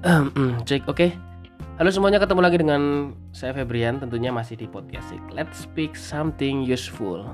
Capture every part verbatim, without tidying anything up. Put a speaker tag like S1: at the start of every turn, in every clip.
S1: Cek, oke. Halo semuanya, ketemu lagi dengan saya Febrian, tentunya masih di podcast Let's Speak Something Useful.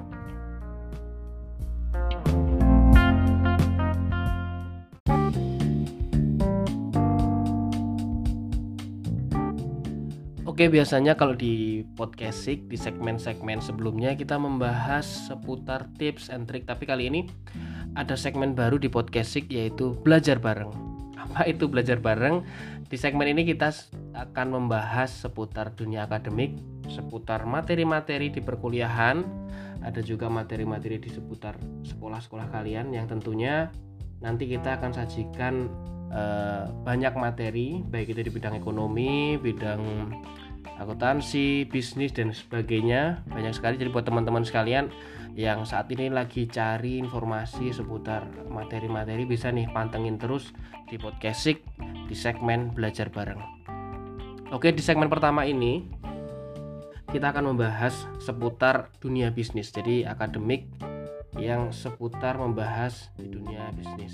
S1: Oke, biasanya kalau di podcast di segmen-segmen sebelumnya kita membahas seputar tips and trik, tapi kali ini ada segmen baru di podcast yaitu belajar bareng. Apa itu belajar bareng? Di segmen ini kita akan membahas seputar dunia akademik, seputar materi-materi di perkuliahan, ada juga materi-materi di seputar sekolah-sekolah kalian yang tentunya nanti kita akan sajikan eh, banyak materi, baik itu di bidang ekonomi, bidang akuntansi, bisnis dan sebagainya. Banyak sekali, jadi buat teman-teman sekalian yang saat ini lagi cari informasi seputar materi-materi, bisa nih pantengin terus di podcast di segmen belajar bareng. Oke, di segmen pertama ini kita akan membahas seputar dunia bisnis, jadi akademik yang seputar membahas di dunia bisnis.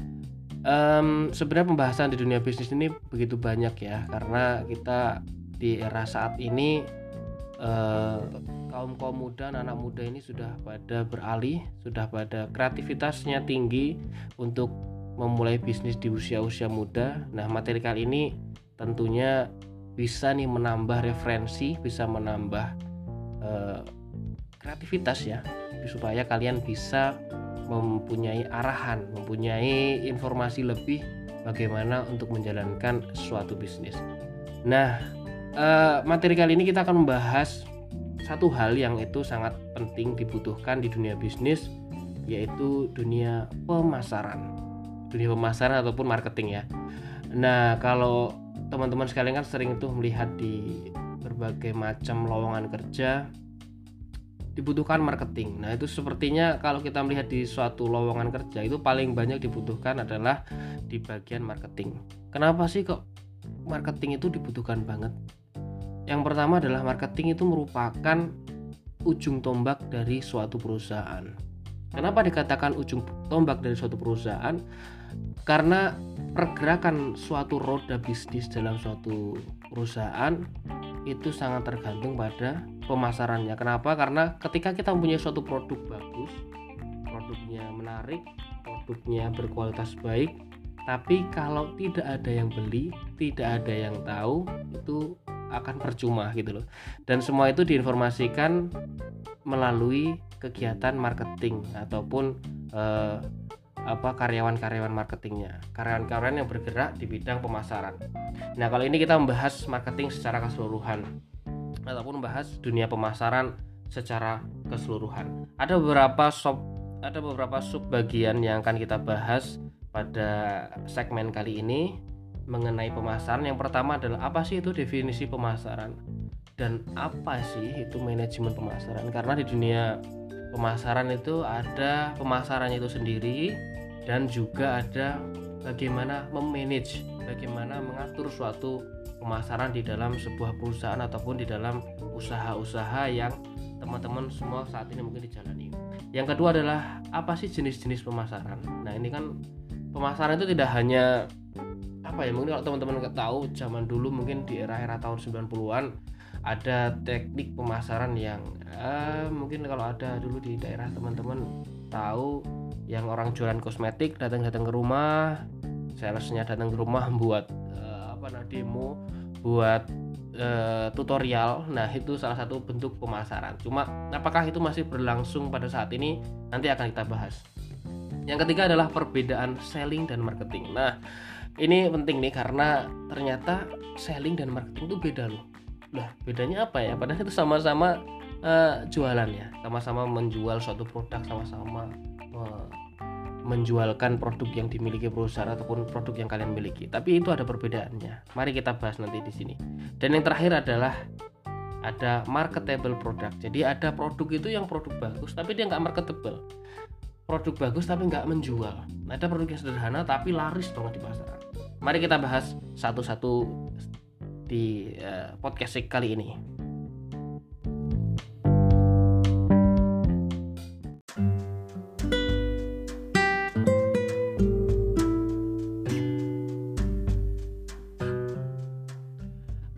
S1: Um, sebenarnya pembahasan di dunia bisnis ini begitu banyak ya, karena kita di era saat ini eh, kaum kaum muda, anak muda ini sudah pada beralih, sudah pada kreativitasnya tinggi untuk memulai bisnis di usia-usia muda. Nah, materi kali ini tentunya bisa nih menambah referensi, bisa menambah eh, kreativitas ya, supaya kalian bisa mempunyai arahan, mempunyai informasi lebih bagaimana untuk menjalankan suatu bisnis. Nah, Uh, materi kali ini kita akan membahas satu hal yang itu sangat penting dibutuhkan di dunia bisnis, yaitu dunia pemasaran dunia pemasaran ataupun marketing ya. Nah, kalau teman-teman sekalian kan sering tuh melihat di berbagai macam lowongan kerja dibutuhkan marketing. Nah, itu sepertinya kalau kita melihat di suatu lowongan kerja itu paling banyak dibutuhkan adalah di bagian marketing. Kenapa sih kok marketing itu dibutuhkan banget? Yang pertama adalah marketing itu merupakan ujung tombak dari suatu perusahaan. Kenapa dikatakan ujung tombak dari suatu perusahaan? Karena pergerakan suatu roda bisnis dalam suatu perusahaan itu sangat tergantung pada pemasarannya. Kenapa? Karena ketika kita mempunyai suatu produk bagus, produknya menarik, produknya berkualitas baik, tapi kalau tidak ada yang beli, tidak ada yang tahu, itu akan percuma gitu loh. Dan semua itu diinformasikan melalui kegiatan marketing ataupun eh, apa karyawan-karyawan marketingnya, karyawan-karyawan yang bergerak di bidang pemasaran. Nah, kalau ini kita membahas marketing secara keseluruhan ataupun membahas dunia pemasaran secara keseluruhan. Ada beberapa sub ada beberapa sub bagian yang akan kita bahas pada segmen kali ini mengenai pemasaran. Yang pertama adalah apa sih itu definisi pemasaran dan apa sih itu manajemen pemasaran, karena di dunia pemasaran itu ada pemasarannya itu sendiri dan juga ada bagaimana memanage, bagaimana mengatur suatu pemasaran di dalam sebuah perusahaan ataupun di dalam usaha-usaha yang teman-teman semua saat ini mungkin dijalani. Yang kedua adalah apa sih jenis-jenis pemasaran. Nah, ini kan pemasaran itu tidak hanya apa ya, mungkin kalau teman-teman nggak tahu, zaman dulu mungkin di era-era tahun sembilan puluhan ada teknik pemasaran yang eh, mungkin kalau ada dulu di daerah teman-teman tahu, yang orang jualan kosmetik datang-datang ke rumah, salesnya datang ke rumah buat eh, apa nah demo, buat eh, tutorial. Nah, itu salah satu bentuk pemasaran. Cuma apakah itu masih berlangsung pada saat ini, nanti akan kita bahas. Yang ketiga adalah perbedaan selling dan marketing. Nah, ini penting nih karena ternyata selling dan marketing itu beda loh. Lah, bedanya apa ya? Padahal itu sama-sama uh, jualan ya, sama-sama menjual suatu produk, sama-sama uh, menjualkan produk yang dimiliki perusahaan ataupun produk yang kalian miliki. Tapi itu ada perbedaannya. Mari kita bahas nanti di sini. Dan yang terakhir adalah ada marketable product. Jadi ada produk itu yang produk bagus tapi dia nggak marketable. Produk bagus tapi nggak menjual. Ada produk yang sederhana tapi laris banget di pasaran. Mari kita bahas satu-satu di uh, podcast kali ini.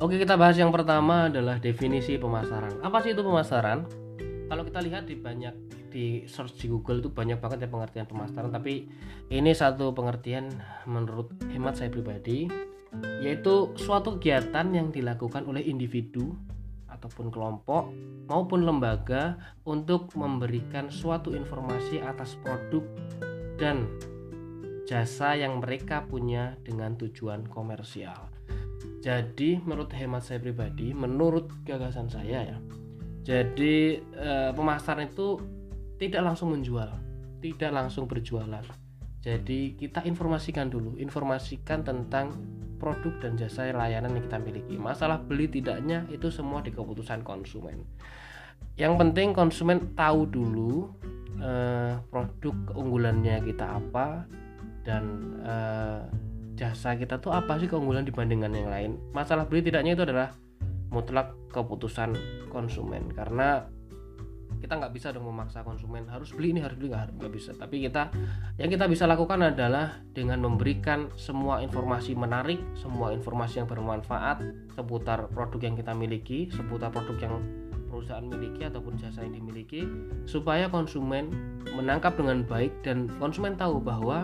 S1: Oke, kita bahas yang pertama adalah definisi pemasaran. Apa sih itu pemasaran? Kalau kita lihat di banyak di search di Google itu banyak banget ya pengertian pemasaran, tapi ini satu pengertian menurut hemat saya pribadi, yaitu suatu kegiatan yang dilakukan oleh individu ataupun kelompok maupun lembaga untuk memberikan suatu informasi atas produk dan jasa yang mereka punya dengan tujuan komersial. Jadi menurut hemat saya pribadi, menurut gagasan saya ya, jadi eh, pemasaran itu tidak langsung menjual, tidak langsung berjualan. Jadi kita informasikan dulu, informasikan tentang produk dan jasa layanan yang kita miliki. Masalah beli tidaknya itu semua di keputusan konsumen. Yang penting konsumen tahu dulu eh, produk keunggulannya kita apa dan eh, jasa kita tuh apa sih keunggulan dibandingkan yang lain. Masalah beli tidaknya itu adalah mutlak keputusan konsumen, karena kita nggak bisa dong memaksa konsumen harus beli ini harus beli, nggak nggak bisa. Tapi kita yang kita bisa lakukan adalah dengan memberikan semua informasi menarik, semua informasi yang bermanfaat seputar produk yang kita miliki, seputar produk yang perusahaan miliki ataupun jasa yang dimiliki, supaya konsumen menangkap dengan baik dan konsumen tahu bahwa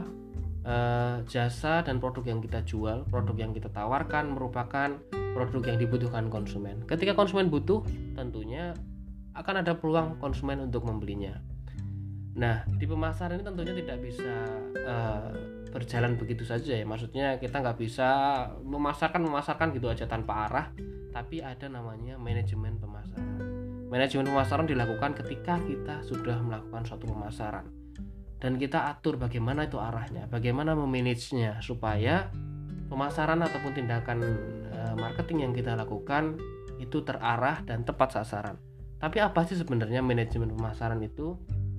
S1: Uh, jasa dan produk yang kita jual, produk yang kita tawarkan merupakan produk yang dibutuhkan konsumen. Ketika konsumen butuh, tentunya akan ada peluang konsumen untuk membelinya. Nah, di pemasaran ini tentunya tidak bisa uh, berjalan begitu saja ya. Maksudnya kita nggak bisa memasarkan memasarkan gitu aja tanpa arah, tapi ada namanya manajemen pemasaran. Manajemen pemasaran dilakukan ketika kita sudah melakukan suatu pemasaran. Dan kita atur bagaimana itu arahnya, bagaimana memanagenya supaya pemasaran ataupun tindakan marketing yang kita lakukan itu terarah dan tepat sasaran. Tapi apa sih sebenarnya manajemen pemasaran itu?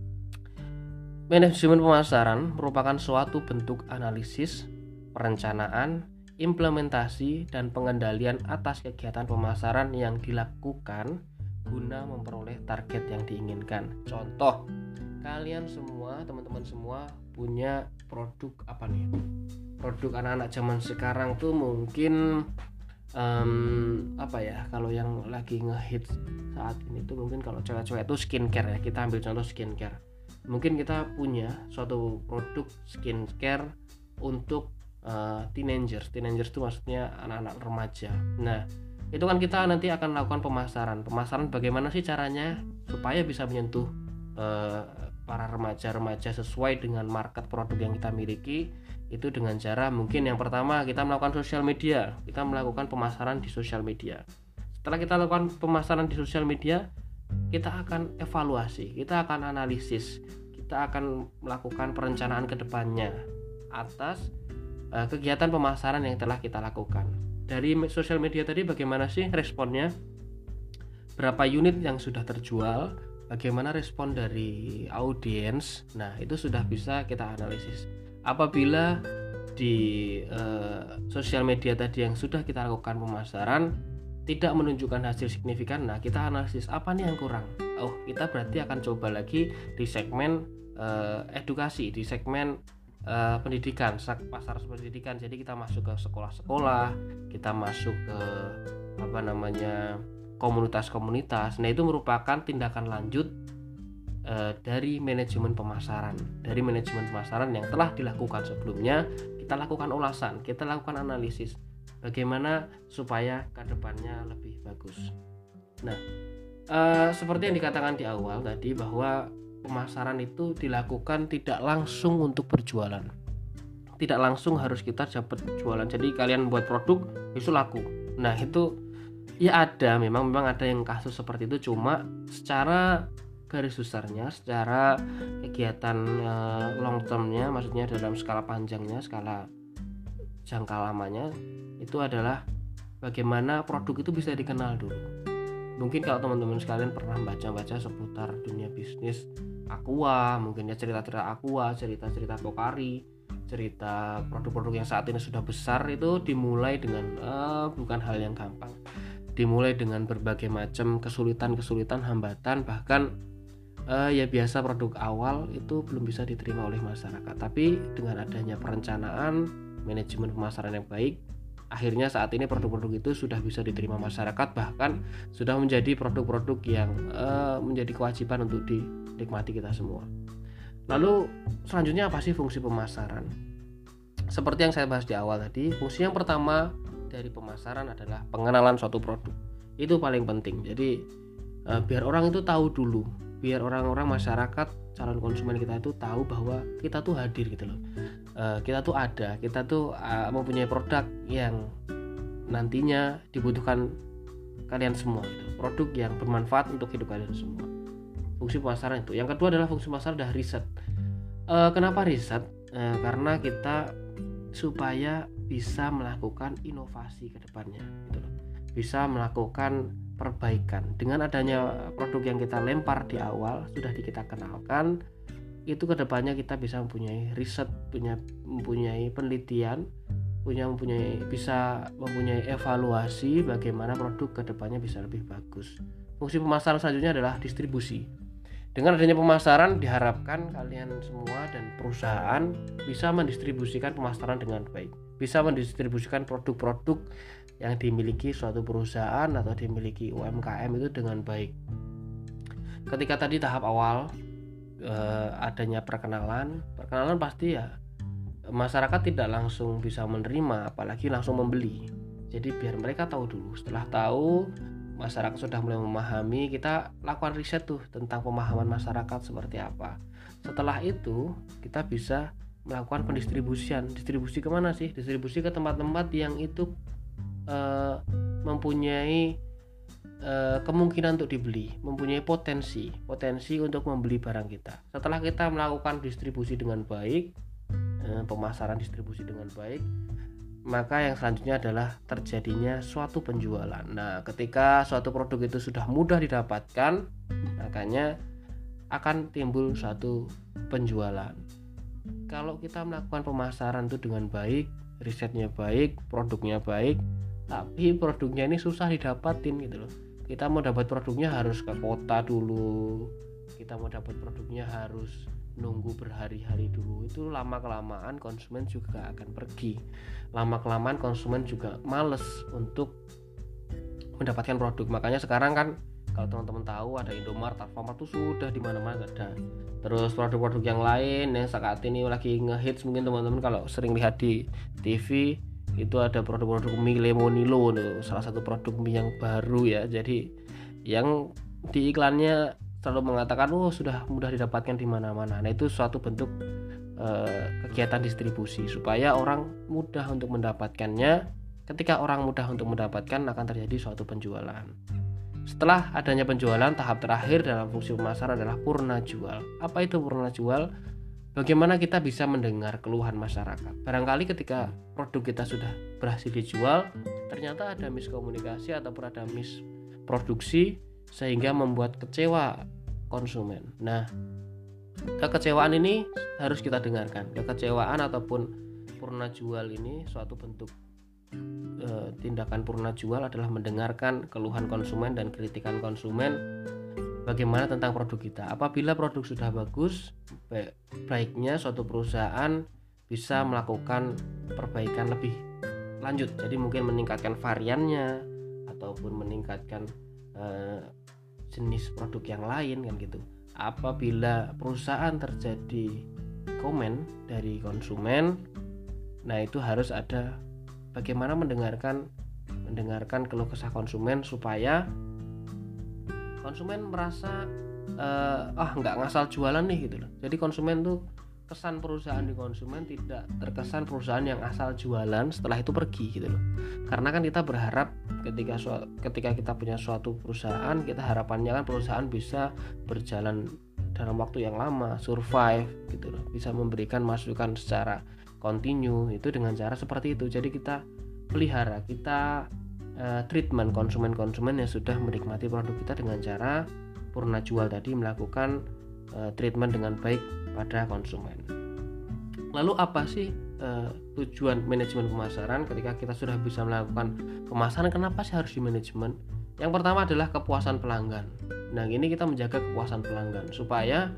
S1: Manajemen pemasaran merupakan suatu bentuk analisis, perencanaan, implementasi, dan pengendalian atas kegiatan pemasaran yang dilakukan guna memperoleh target yang diinginkan. Contoh, kalian semua, teman-teman semua punya produk apa nih? Produk anak-anak zaman sekarang tuh mungkin um, apa ya? Kalau yang lagi ngehits saat ini tuh mungkin kalau cewek-cewek itu skincare ya. Kita ambil contoh skincare. Mungkin kita punya suatu produk skincare untuk uh, teenagers. Teenagers itu maksudnya anak-anak remaja. Nah, itu kan kita nanti akan lakukan pemasaran. Pemasaran bagaimana sih caranya supaya bisa menyentuh uh, para remaja-remaja sesuai dengan market produk yang kita miliki. Itu dengan cara mungkin yang pertama kita melakukan sosial media, kita melakukan pemasaran di sosial media. Setelah kita lakukan pemasaran di sosial media, kita akan evaluasi, kita akan analisis, kita akan melakukan perencanaan ke depannya atas uh, kegiatan pemasaran yang telah kita lakukan. Dari sosial media tadi bagaimana sih responnya, berapa unit yang sudah terjual, bagaimana respon dari audiens. Nah, itu sudah bisa kita analisis. Apabila di uh, sosial media tadi yang sudah kita lakukan pemasaran tidak menunjukkan hasil signifikan, nah kita analisis apa nih yang kurang. Oh, kita berarti akan coba lagi di segmen uh, edukasi, di segmen uh, pendidikan, pasar pendidikan. Jadi kita masuk ke sekolah-sekolah, kita masuk ke apa namanya komunitas-komunitas. Nah, itu merupakan tindakan lanjut e, dari manajemen pemasaran. Dari manajemen pemasaran yang telah dilakukan sebelumnya, kita lakukan ulasan, kita lakukan analisis bagaimana supaya ke depannya lebih bagus. Nah, e, seperti yang dikatakan di awal tadi bahwa pemasaran itu dilakukan tidak langsung untuk berjualan. Tidak langsung harus kita dapat jualan. Jadi kalian buat produk itu laku. Nah, itu ya ada, memang memang ada yang kasus seperti itu, cuma secara garis besarnya, secara kegiatan uh, long termnya, maksudnya dalam skala panjangnya, skala jangka lamanya, itu adalah bagaimana produk itu bisa dikenal dulu. Mungkin kalau teman-teman sekalian pernah baca-baca seputar dunia bisnis Aqua, mungkin ya cerita-cerita Aqua, cerita-cerita Pocari, cerita produk-produk yang saat ini sudah besar, itu dimulai dengan uh, bukan hal yang gampang. Dimulai dengan berbagai macam kesulitan-kesulitan, hambatan, bahkan eh, ya biasa produk awal itu belum bisa diterima oleh masyarakat. Tapi dengan adanya perencanaan, manajemen pemasaran yang baik, akhirnya saat ini produk-produk itu sudah bisa diterima masyarakat, bahkan sudah menjadi produk-produk yang uh, menjadi kewajiban untuk dinikmati kita semua. Lalu selanjutnya apa sih fungsi pemasaran? Seperti yang saya bahas di awal tadi, fungsi yang pertama dari pemasaran adalah pengenalan suatu produk. Itu paling penting. Jadi uh, biar orang itu tahu dulu, biar orang-orang masyarakat, calon konsumen kita itu tahu bahwa kita tuh hadir gitu loh. Uh, kita tuh ada, kita tuh uh, mempunyai produk yang nantinya dibutuhkan kalian semua gitu. Produk yang bermanfaat untuk hidup kalian semua. Fungsi pemasaran itu. Yang kedua adalah fungsi pemasaran adalah riset. Uh, kenapa riset? Uh, karena kita supaya bisa melakukan inovasi ke depannya gitu loh. Bisa melakukan perbaikan. Dengan adanya produk yang kita lempar di awal, sudah kita kenalkan, itu kedepannya kita bisa mempunyai riset, punya mempunyai penelitian, punya mempunyai bisa mempunyai evaluasi bagaimana produk kedepannya bisa lebih bagus. Fungsi pemasaran selanjutnya adalah distribusi. Dengan adanya pemasaran diharapkan kalian semua dan perusahaan bisa mendistribusikan pemasaran dengan baik, bisa mendistribusikan produk-produk yang dimiliki suatu perusahaan atau dimiliki U M K M itu dengan baik. Ketika tadi tahap awal Eh, adanya perkenalan, perkenalan pasti ya masyarakat tidak langsung bisa menerima, apalagi langsung membeli. Jadi biar mereka tahu dulu. Setelah tahu, masyarakat sudah mulai memahami, kita lakukan riset tuh tentang pemahaman masyarakat seperti apa. Setelah itu kita bisa melakukan pendistribusian. Distribusi kemana sih? Distribusi ke tempat-tempat yang itu eh, mempunyai kemungkinan untuk dibeli, mempunyai potensi potensi untuk membeli barang kita. Setelah kita melakukan distribusi dengan baik, pemasaran distribusi dengan baik, maka yang selanjutnya adalah terjadinya suatu penjualan. Nah, ketika suatu produk itu sudah mudah didapatkan, makanya akan timbul suatu penjualan. Kalau kita melakukan pemasaran itu dengan baik, risetnya baik, produknya baik, tapi produknya ini susah didapatin gitu loh. Kita mau dapat produknya harus ke kota dulu, kita mau dapat produknya harus nunggu berhari-hari dulu. Itu lama kelamaan konsumen juga akan pergi, lama kelamaan konsumen juga males untuk mendapatkan produk. Makanya sekarang kan kalau teman-teman tahu ada Indomaret, Alfamart itu sudah di mana-mana ada. Terus produk-produk yang lain yang saat ini lagi ngehits, mungkin teman-teman kalau sering lihat di T V itu ada produk-produk mie Lemonilo, salah satu produk mie yang baru ya. Jadi yang di iklannya selalu mengatakan oh sudah mudah didapatkan di mana-mana. Nah, itu suatu bentuk eh, kegiatan distribusi supaya orang mudah untuk mendapatkannya. Ketika orang mudah untuk mendapatkan, akan terjadi suatu penjualan. Setelah adanya penjualan, tahap terakhir dalam fungsi pemasaran adalah purna jual. Apa itu purna jual? Bagaimana kita bisa mendengar keluhan masyarakat. Barangkali ketika produk kita sudah berhasil dijual, ternyata ada miskomunikasi ataupun ada misproduksi sehingga membuat kecewa konsumen. Nah, kekecewaan ini harus kita dengarkan. Kekecewaan ataupun purna jual ini suatu bentuk e, tindakan purna jual adalah mendengarkan keluhan konsumen dan kritikan konsumen bagaimana tentang produk kita. Apabila produk sudah bagus, baiknya suatu perusahaan bisa melakukan perbaikan lebih lanjut. Jadi mungkin meningkatkan variannya ataupun meningkatkan eh, jenis produk yang lain kan gitu. Apabila perusahaan terjadi komen dari konsumen, nah itu harus ada bagaimana mendengarkan mendengarkan keluh kesah konsumen supaya konsumen merasa uh, ah nggak ngasal jualan nih gitu loh. Jadi konsumen tuh kesan perusahaan di konsumen tidak terkesan perusahaan yang asal jualan setelah itu pergi gitu loh. Karena kan kita berharap ketika ketika kita punya suatu perusahaan, kita harapannya kan perusahaan bisa berjalan dalam waktu yang lama, survive gitu loh, bisa memberikan masukan secara kontinu itu dengan cara seperti itu. Jadi kita pelihara, kita Uh, treatment konsumen-konsumen yang sudah menikmati produk kita dengan cara purna jual tadi, melakukan uh, treatment dengan baik pada konsumen. Lalu apa sih uh, tujuan manajemen pemasaran ketika kita sudah bisa melakukan pemasaran? Kenapa sih harus di manajemen? Yang pertama adalah kepuasan pelanggan. Nah, ini kita menjaga kepuasan pelanggan supaya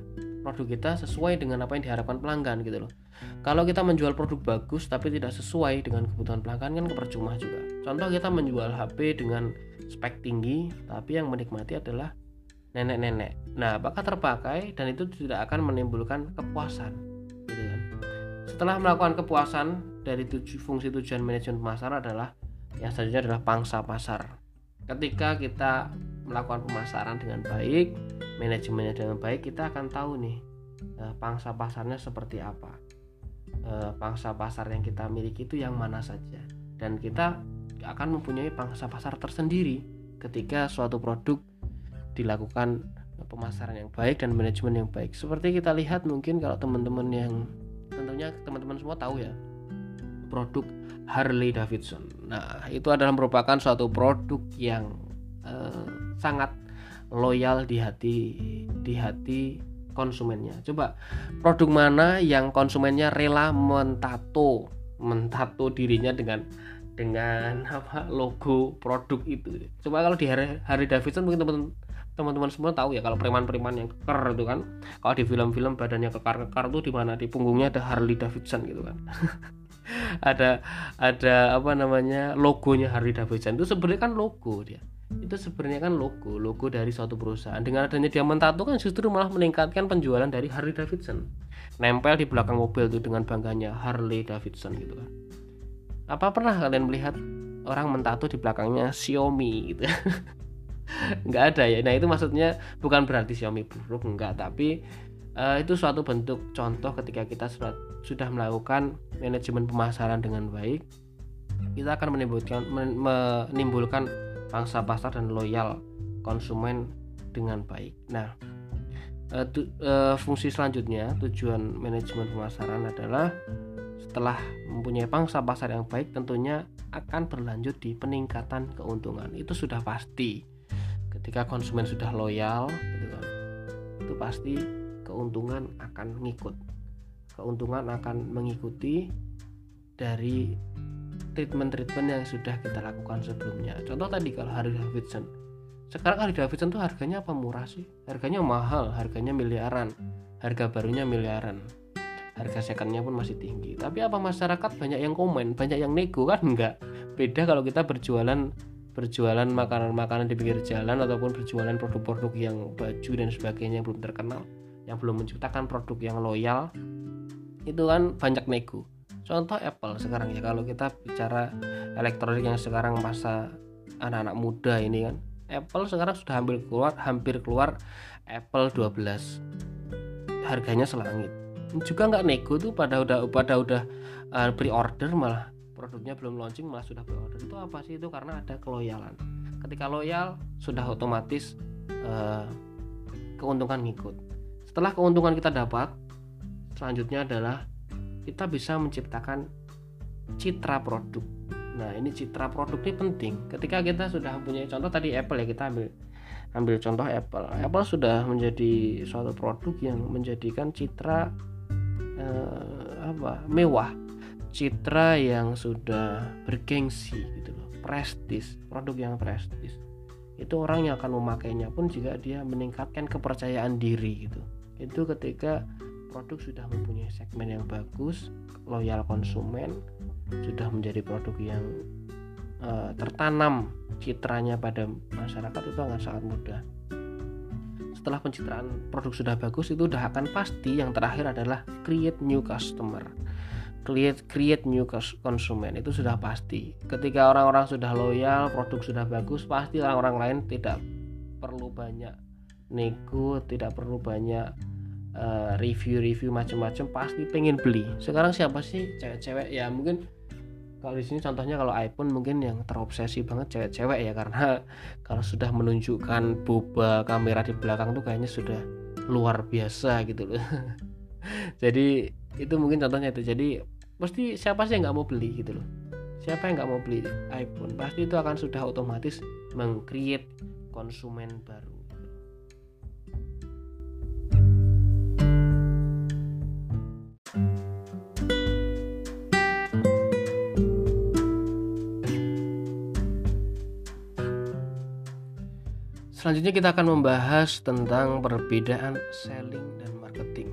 S1: produk kita sesuai dengan apa yang diharapkan pelanggan gitu loh. Kalau kita menjual produk bagus tapi tidak sesuai dengan kebutuhan pelanggan kan percuma juga. Contoh kita menjual H P dengan spek tinggi tapi yang menikmati adalah nenek-nenek. Nah, apakah terpakai dan itu tidak akan menimbulkan kepuasan gitu kan. Setelah melakukan kepuasan dari tuju, fungsi tujuan manajemen pemasaran adalah yang selanjutnya adalah pangsa pasar. Ketika kita melakukan pemasaran dengan baik, manajemennya dengan baik, kita akan tahu nih eh, pangsa pasarnya seperti apa, eh, pangsa pasar yang kita miliki itu yang mana saja, dan kita akan mempunyai pangsa pasar tersendiri ketika suatu produk dilakukan pemasaran yang baik dan manajemen yang baik. Seperti kita lihat mungkin kalau teman-teman yang tentunya teman-teman semua tahu ya, produk Harley Davidson. Nah, itu adalah merupakan suatu produk yang eh, sangat loyal di hati di hati konsumennya. Coba produk mana yang konsumennya rela mentato mentato dirinya dengan dengan apa logo produk itu. Coba kalau di Harley Davidson mungkin teman teman-teman semua tahu ya, kalau preman-preman yang kekar itu kan, kalau di film-film badannya kekar-kekar tuh di mana di punggungnya ada Harley Davidson gitu kan. ada ada apa namanya logonya Harley Davidson. Itu sebenarnya kan logo dia. Itu sebenarnya kan logo, logo dari suatu perusahaan. Dengan adanya dia mentato kan justru malah meningkatkan penjualan dari Harley Davidson. Nempel di belakang mobil tuh dengan bangganya Harley Davidson gitu kan. Apa pernah kalian melihat orang mentato di belakangnya Xiaomi gitu? Enggak ada ya. Nah, itu maksudnya bukan berarti Xiaomi buruk, enggak, tapi Uh, itu suatu bentuk contoh ketika kita sudah, sudah melakukan manajemen pemasaran dengan baik, kita akan menimbulkan menimbulkan pangsa pasar dan loyal konsumen dengan baik. Nah, uh, tu, uh, fungsi selanjutnya tujuan manajemen pemasaran adalah setelah mempunyai pangsa pasar yang baik, tentunya akan berlanjut di peningkatan keuntungan. Itu sudah pasti. Ketika konsumen sudah loyal, gitu kan, itu pasti keuntungan akan ngikut. Keuntungan akan mengikuti dari treatment-treatment yang sudah kita lakukan sebelumnya. Contoh tadi kalau Harley Davidson. Sekarang Harley Davidson tuh harganya apa murah sih? Harganya mahal, harganya miliaran. Harga barunya miliaran. Harga secondnya pun masih tinggi. Tapi apa masyarakat banyak yang komen, banyak yang nego kan? Enggak. Beda kalau kita berjualan berjualan makanan-makanan di pinggir jalan ataupun berjualan produk-produk yang baju dan sebagainya yang belum terkenal, yang belum menciptakan produk yang loyal, itu kan banyak nego. Contoh Apple sekarang ya, kalau kita bicara elektronik yang sekarang masa anak-anak muda ini kan, Apple sekarang sudah hampir keluar hampir keluar Apple dua belas, harganya selangit. Juga nggak nego tuh, pada udah pada udah uh, pre-order, malah produknya belum launching malah sudah pre-order. Itu apa sih? Itu karena ada keloyalan. Ketika loyal sudah otomatis uh, keuntungan ngikut. Setelah keuntungan kita dapat, selanjutnya adalah kita bisa menciptakan citra produk. Nah, ini citra produk ini penting. Ketika kita sudah punya contoh tadi Apple ya, kita ambil ambil contoh Apple. Apple sudah menjadi suatu produk yang menjadikan citra eh, apa? mewah. Citra yang sudah bergengsi gitu loh. Prestis, produk yang prestis. Itu orang yang akan memakainya pun juga dia meningkatkan kepercayaan diri gitu. Itu ketika produk sudah mempunyai segmen yang bagus, loyal konsumen, sudah menjadi produk yang uh, tertanam citranya pada masyarakat, itu akan sangat mudah. Setelah pencitraan produk sudah bagus, itu udah akan pasti yang terakhir adalah create new customer, create create new konsumen. Itu sudah pasti. Ketika orang-orang sudah loyal, produk sudah bagus, pasti orang-orang lain tidak perlu banyak nego, tidak perlu banyak uh, review-review macam-macam, pasti pengen beli. Sekarang siapa sih cewek-cewek ya, mungkin kalau di sini contohnya kalau iPhone mungkin yang terobsesi banget cewek-cewek ya, karena kalau sudah menunjukkan boba kamera di belakang tuh kayaknya sudah luar biasa gitu loh. Jadi itu mungkin contohnya itu. Jadi pasti siapa sih yang nggak mau beli gitu loh. Siapa yang nggak mau beli iPhone? Pasti itu akan sudah otomatis meng-create konsumen baru. Selanjutnya kita akan membahas tentang perbedaan selling dan marketing.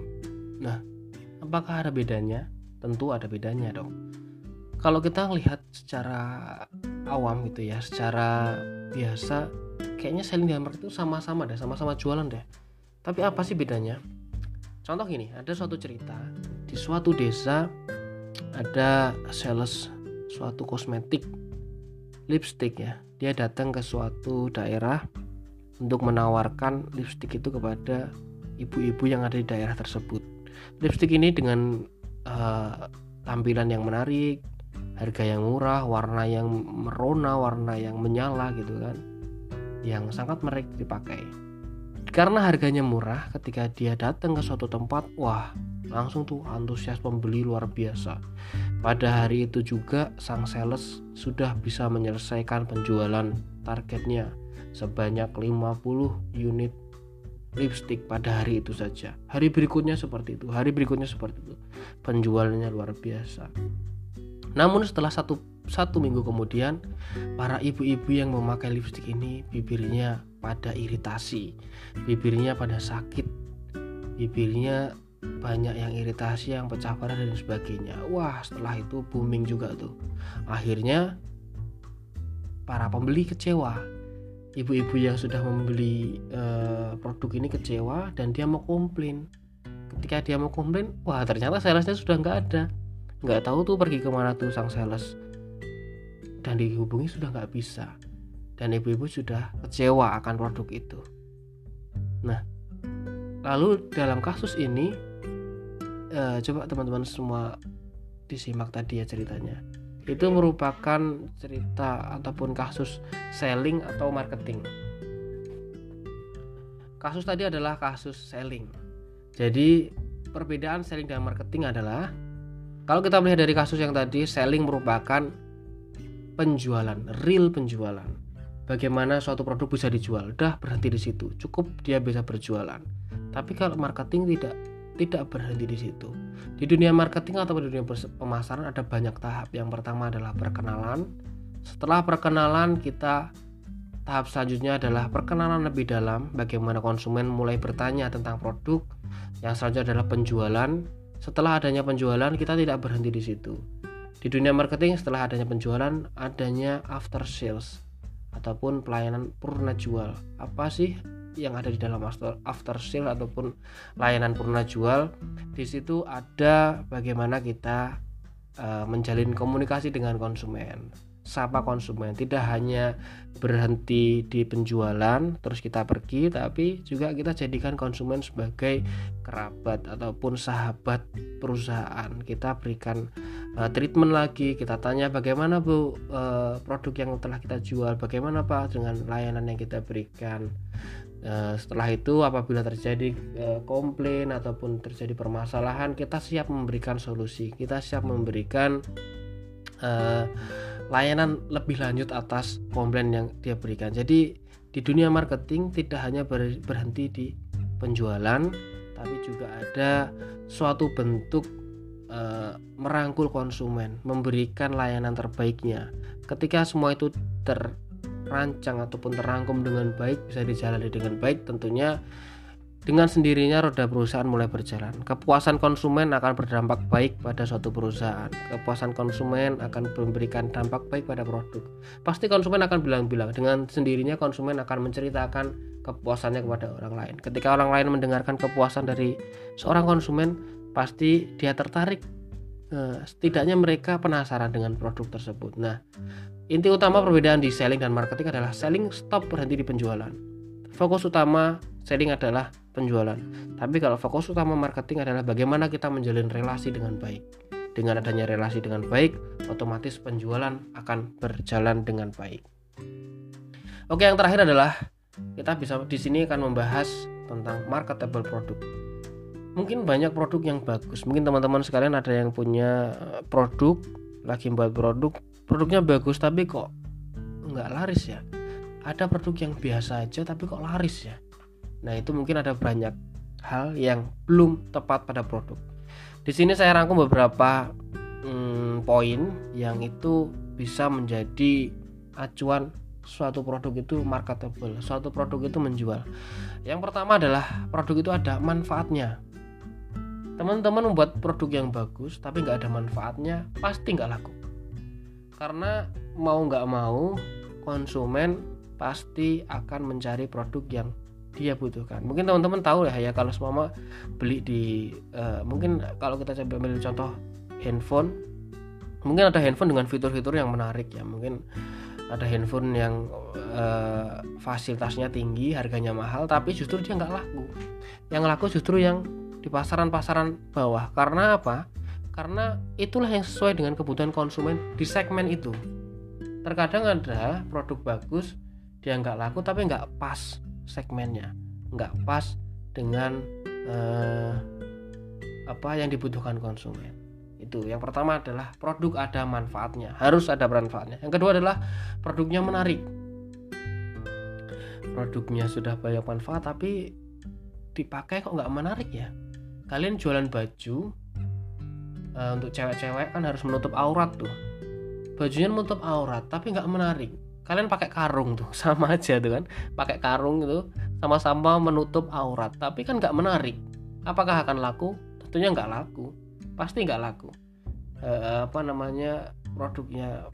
S1: Apakah ada bedanya? Tentu ada bedanya dong. Kalau kita lihat secara awam gitu ya, secara biasa, kayaknya selling dan marketing itu sama-sama deh, sama-sama jualan deh. Tapi apa sih bedanya? Contoh gini, ada suatu cerita di suatu desa ada sales suatu kosmetik lipstick ya. Dia datang ke suatu daerah untuk menawarkan lipstick itu kepada ibu-ibu yang ada di daerah tersebut. Lipstick ini dengan uh, tampilan yang menarik, harga yang murah, warna yang merona, warna yang menyala gitu kan, yang sangat menarik dipakai. Karena harganya murah, ketika dia datang ke suatu tempat, wah langsung tuh antusias pembeli luar biasa. Pada hari itu juga sang sales sudah bisa menyelesaikan penjualan targetnya sebanyak lima puluh unit lipstick pada hari itu saja. Hari berikutnya seperti itu, hari berikutnya seperti itu. Penjualannya luar biasa. Namun setelah satu satu minggu kemudian, para ibu-ibu yang memakai lipstick ini bibirnya pada iritasi, bibirnya pada sakit, bibirnya banyak yang iritasi, yang pecah parah dan sebagainya. Wah, setelah itu booming juga tuh. Akhirnya para pembeli kecewa. Ibu-ibu yang sudah membeli uh, produk ini kecewa dan dia mau komplain. Ketika dia mau komplain, wah ternyata salesnya sudah nggak ada, nggak tahu tuh pergi kemana tuh sang sales, dan dihubungi sudah nggak bisa, dan ibu-ibu sudah kecewa akan produk itu. Nah, lalu dalam kasus ini uh, coba teman-teman semua disimak tadi ya ceritanya. Itu merupakan cerita ataupun kasus selling atau marketing. Kasus tadi adalah kasus selling. Jadi perbedaan selling dan marketing adalah, kalau kita melihat dari kasus yang tadi, selling merupakan penjualan, real penjualan. Bagaimana suatu produk bisa dijual, udah berhenti di situ, cukup dia bisa berjualan. Tapi kalau marketing tidak tidak berhenti di situ. Di dunia marketing atau di dunia pemasaran ada banyak tahap. Yang pertama adalah perkenalan. Setelah perkenalan, kita tahap selanjutnya adalah perkenalan lebih dalam, bagaimana konsumen mulai bertanya tentang produk. Yang selanjutnya adalah penjualan. Setelah adanya penjualan, kita tidak berhenti di situ. Di dunia marketing, setelah adanya penjualan, adanya after sales ataupun pelayanan purna jual. Apa sih yang ada di dalam after sale ataupun layanan purna jual? Di situ ada bagaimana kita uh, menjalin komunikasi dengan konsumen, sapa konsumen, tidak hanya berhenti di penjualan terus kita pergi, tapi juga kita jadikan konsumen sebagai kerabat ataupun sahabat perusahaan. Kita berikan uh, treatment lagi, kita tanya bagaimana Bu uh, produk yang telah kita jual, bagaimana Pak dengan layanan yang kita berikan. Uh, setelah itu apabila terjadi uh, komplain ataupun terjadi permasalahan, kita siap memberikan solusi, kita siap memberikan uh, layanan lebih lanjut atas komplain yang dia berikan. Jadi di dunia marketing tidak hanya ber, berhenti di penjualan, tapi juga ada suatu bentuk uh, merangkul konsumen, memberikan layanan terbaiknya. Ketika semua itu ter rancang ataupun terangkum dengan baik, bisa dijalani dengan baik, tentunya dengan sendirinya roda perusahaan mulai berjalan. Kepuasan konsumen akan berdampak baik pada suatu perusahaan. Kepuasan konsumen akan memberikan dampak baik pada produk. Pasti konsumen akan bilang-bilang, dengan sendirinya konsumen akan menceritakan kepuasannya kepada orang lain. Ketika orang lain mendengarkan kepuasan dari seorang konsumen, pasti dia tertarik. Nah, setidaknya mereka penasaran dengan produk tersebut. Nah, inti utama perbedaan di selling dan marketing adalah selling stop berhenti di penjualan. Fokus utama selling adalah penjualan. Tapi kalau fokus utama marketing adalah bagaimana kita menjalin relasi dengan baik. Dengan adanya relasi dengan baik, otomatis penjualan akan berjalan dengan baik. Oke, yang terakhir adalah kita bisa di sini akan membahas tentang marketable product. Mungkin banyak produk yang bagus. Mungkin teman-teman sekalian ada yang punya produk, lagi buat produk, produknya bagus tapi kok nggak laris ya. Ada produk yang biasa aja tapi kok laris ya. Nah, itu mungkin ada banyak hal yang belum tepat pada produk. Di sini saya rangkum beberapa hmm, poin yang itu bisa menjadi acuan suatu produk itu marketable, suatu produk itu menjual. Yang pertama adalah produk itu ada manfaatnya. Teman-teman membuat produk yang bagus tapi nggak ada manfaatnya, pasti nggak laku. Karena mau nggak mau konsumen pasti akan mencari produk yang dia butuhkan. Mungkin teman-teman tahu ya, ya kalau semua beli di uh, mungkin kalau kita coba ambil contoh handphone, mungkin ada handphone dengan fitur-fitur yang menarik ya. Mungkin ada handphone yang uh, fasilitasnya tinggi, harganya mahal, tapi justru dia nggak laku. Yang laku justru yang di pasaran-pasaran bawah. Karena apa? Karena itulah yang sesuai dengan kebutuhan konsumen di segmen itu. Terkadang ada produk bagus, dia nggak laku tapi nggak pas segmennya, nggak pas dengan uh, apa yang dibutuhkan konsumen. Itu yang pertama adalah produk ada manfaatnya, harus ada manfaatnya. Yang kedua adalah produknya menarik. Produknya sudah banyak manfaat tapi dipakai kok nggak menarik ya. Kalian jualan baju uh, untuk cewek-cewek kan harus menutup aurat tuh. Bajunya menutup aurat tapi nggak menarik. Kalian pakai karung tuh sama aja tuh kan. Pakai karung itu sama-sama menutup aurat tapi kan nggak menarik. Apakah akan laku? Tentunya nggak laku. Pasti nggak laku. Uh, apa namanya produknya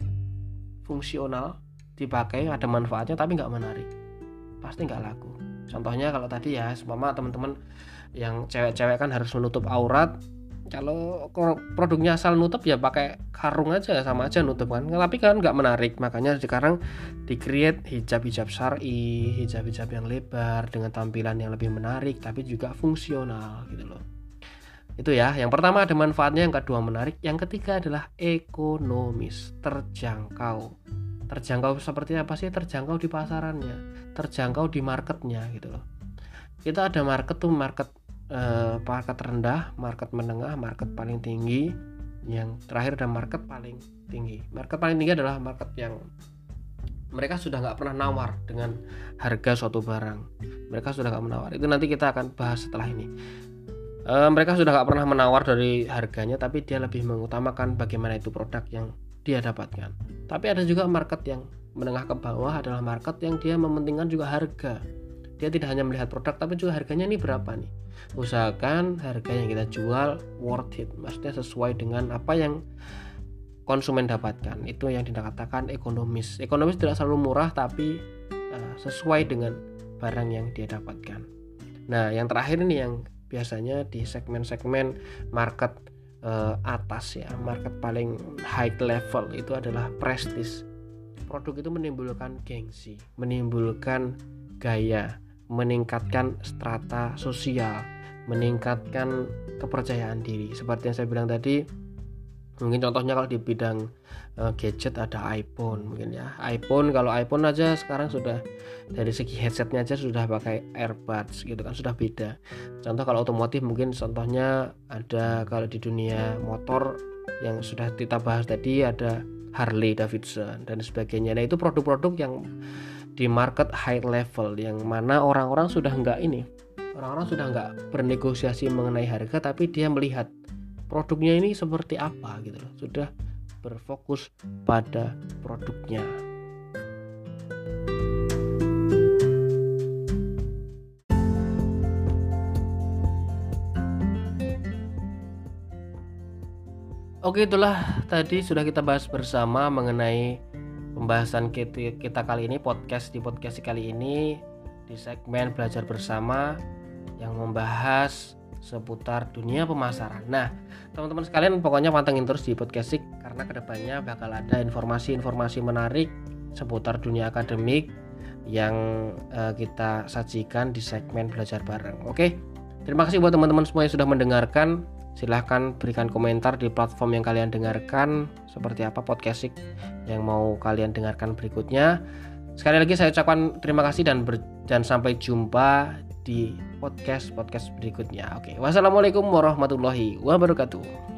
S1: fungsional, dipakai ada manfaatnya tapi nggak menarik, pasti nggak laku. Contohnya kalau tadi ya, seumpama teman-teman yang cewek-cewek kan harus menutup aurat, kalau produknya asal nutup ya pakai karung aja sama aja nutup kan, tapi kan nggak menarik. Makanya sekarang di-create hijab-hijab syar'i, hijab-hijab yang lebar dengan tampilan yang lebih menarik tapi juga fungsional gitu loh. Itu ya, yang pertama ada manfaatnya, yang kedua menarik, yang ketiga adalah ekonomis, terjangkau. Terjangkau seperti apa sih? Terjangkau di pasarannya, terjangkau di marketnya gitu loh. Kita ada market tuh, market eh, market rendah, market menengah, market paling tinggi, yang terakhir ada market paling tinggi. Market paling tinggi adalah market yang mereka sudah nggak pernah nawar dengan harga suatu barang. Mereka sudah nggak menawar. Itu nanti kita akan bahas setelah ini. E, mereka sudah nggak pernah menawar dari harganya, tapi dia lebih mengutamakan bagaimana itu produk yang dia dapatkan. Tapi ada juga market yang menengah ke bawah, adalah market yang dia mementingkan juga harga. Dia tidak hanya melihat produk tapi juga harganya ini berapa nih. Usahakan harga yang kita jual worth it, maksudnya sesuai dengan apa yang konsumen dapatkan. Itu yang dikatakan ekonomis. Ekonomis tidak selalu murah tapi uh, sesuai dengan barang yang dia dapatkan. Nah, yang terakhir ini yang biasanya di segmen-segmen market uh, atas ya, market paling high level itu adalah prestis. Produk itu menimbulkan gengsi, menimbulkan gaya, meningkatkan strata sosial, meningkatkan kepercayaan diri. Seperti yang saya bilang tadi, mungkin contohnya kalau di bidang uh, gadget ada iPhone mungkin ya. iPhone, kalau iPhone aja sekarang sudah dari segi headsetnya aja sudah pakai earbuds gitu kan, sudah beda. Contoh kalau otomotif mungkin contohnya ada, kalau di dunia motor yang sudah kita bahas tadi ada Harley Davidson dan sebagainya. Nah, itu produk-produk yang di market high level, yang mana orang-orang sudah enggak ini, orang-orang sudah enggak bernegosiasi mengenai harga, tapi dia melihat produknya ini seperti apa gitu loh, sudah berfokus pada produknya. Oke, itulah tadi sudah kita bahas bersama mengenai pembahasan kita, kita kali ini, podcast di podcast kali ini di segmen belajar bersama yang membahas seputar dunia pemasaran. Nah, teman-teman sekalian pokoknya pantengin terus di podcast karena kedepannya bakal ada informasi-informasi menarik seputar dunia akademik yang uh, kita sajikan di segmen belajar bareng. Oke, terima kasih buat teman-teman semua yang sudah mendengarkan. Silahkan berikan komentar di platform yang kalian dengarkan, seperti apa podcast yang mau kalian dengarkan berikutnya. Sekali lagi saya ucapkan terima kasih dan, ber- dan sampai jumpa di podcast-podcast berikutnya. Oke, wassalamualaikum warahmatullahi wabarakatuh.